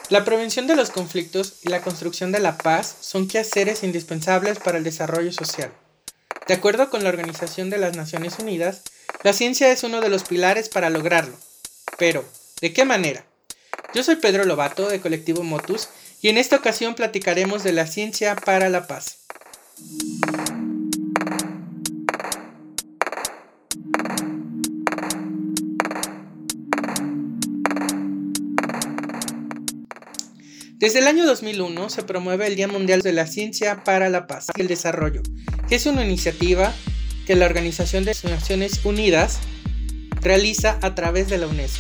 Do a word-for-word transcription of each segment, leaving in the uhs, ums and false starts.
La prevención de los conflictos y la construcción de la paz son quehaceres indispensables para el desarrollo social. De acuerdo con la Organización de las Naciones Unidas, la ciencia es uno de los pilares para lograrlo. Pero, ¿de qué manera? Yo soy Pedro Lobato de Colectivo Motus y en esta ocasión platicaremos de la ciencia para la paz. Desde el año dos mil uno se promueve el Día Mundial de la Ciencia para la Paz y el Desarrollo, que es una iniciativa que la Organización de las Naciones Unidas realiza a través de la UNESCO.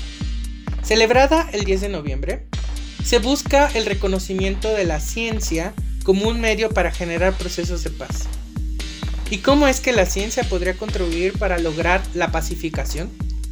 Celebrada el diez de noviembre, se busca el reconocimiento de la ciencia como un medio para generar procesos de paz. ¿Y cómo es que la ciencia podría contribuir para lograr la pacificación?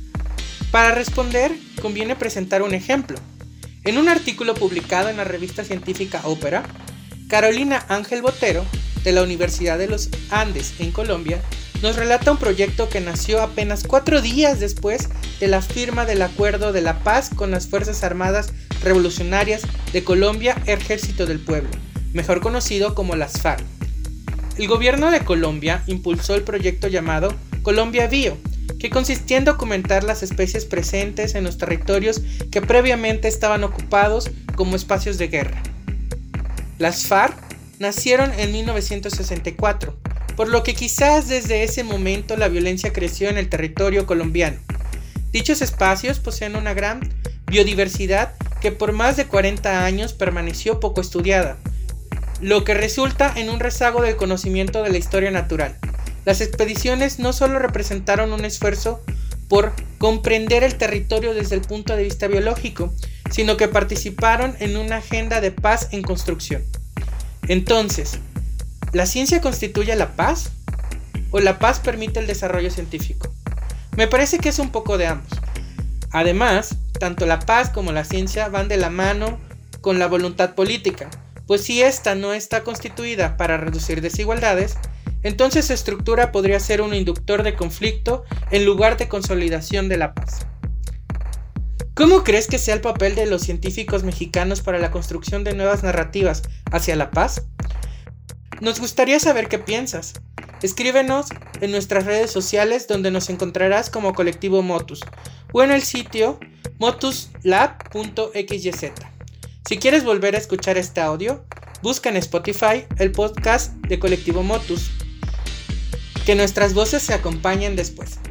Para responder, conviene presentar un ejemplo. En un artículo publicado en la revista científica Ópera, Carolina Ángel Botero, de la Universidad de los Andes en Colombia, nos relata un proyecto que nació apenas cuatro días después de la firma del Acuerdo de la Paz con las Fuerzas Armadas Revolucionarias de Colombia, Ejército del Pueblo, mejor conocido como las FARC. El gobierno de Colombia impulsó el proyecto llamado Colombia Bio, que consistía en documentar las especies presentes en los territorios que previamente estaban ocupados como espacios de guerra. Las FARC nacieron en mil novecientos sesenta y cuatro, por lo que quizás desde ese momento la violencia creció en el territorio colombiano. Dichos espacios poseen una gran biodiversidad que por más de cuarenta años permaneció poco estudiada, lo que resulta en un rezago del conocimiento de la historia natural. Las expediciones no solo representaron un esfuerzo por comprender el territorio desde el punto de vista biológico, sino que participaron en una agenda de paz en construcción. Entonces, ¿la ciencia constituye la paz? ¿O la paz permite el desarrollo científico? Me parece que es un poco de ambos. Además, tanto la paz como la ciencia van de la mano con la voluntad política, pues si ésta no está constituida para reducir desigualdades, entonces su estructura podría ser un inductor de conflicto en lugar de consolidación de la paz. ¿Cómo crees que sea el papel de los científicos mexicanos para la construcción de nuevas narrativas hacia la paz? Nos gustaría saber qué piensas. Escríbenos en nuestras redes sociales donde nos encontrarás como Colectivo Motus o en el sitio motus lab punto equis y zeta. Si quieres volver a escuchar este audio, busca en Spotify el podcast de Colectivo Motus. Que nuestras voces se acompañen después.